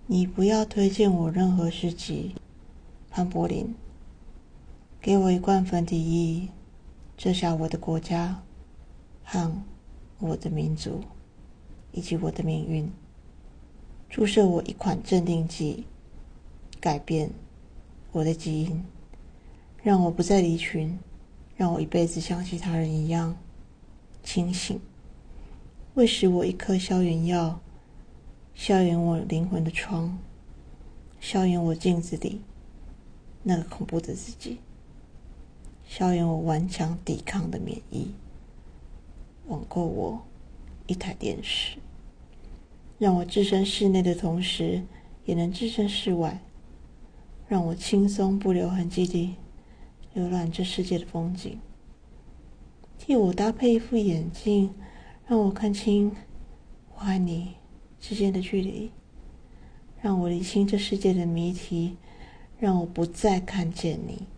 你不要推荐我任何诗集，潘柏林。给我一罐粉底液，遮下我的国家和我的民族以及我的命运。注射我一款镇定剂，改变我的基因，让我不再离群，让我一辈子像其他人一样清醒。喂食我一颗消炎药，消炎我灵魂的疮，消炎我镜子里那个恐怖的自己，消炎我顽强抵抗的免疫，网购我一台电视，让我置身室内的同时也能置身室外，让我轻松不留痕迹地浏览这世界的风景，替我搭配一副眼镜，让我看清我和你之间的距离，让我理清这世界的谜题，让我不再看见你。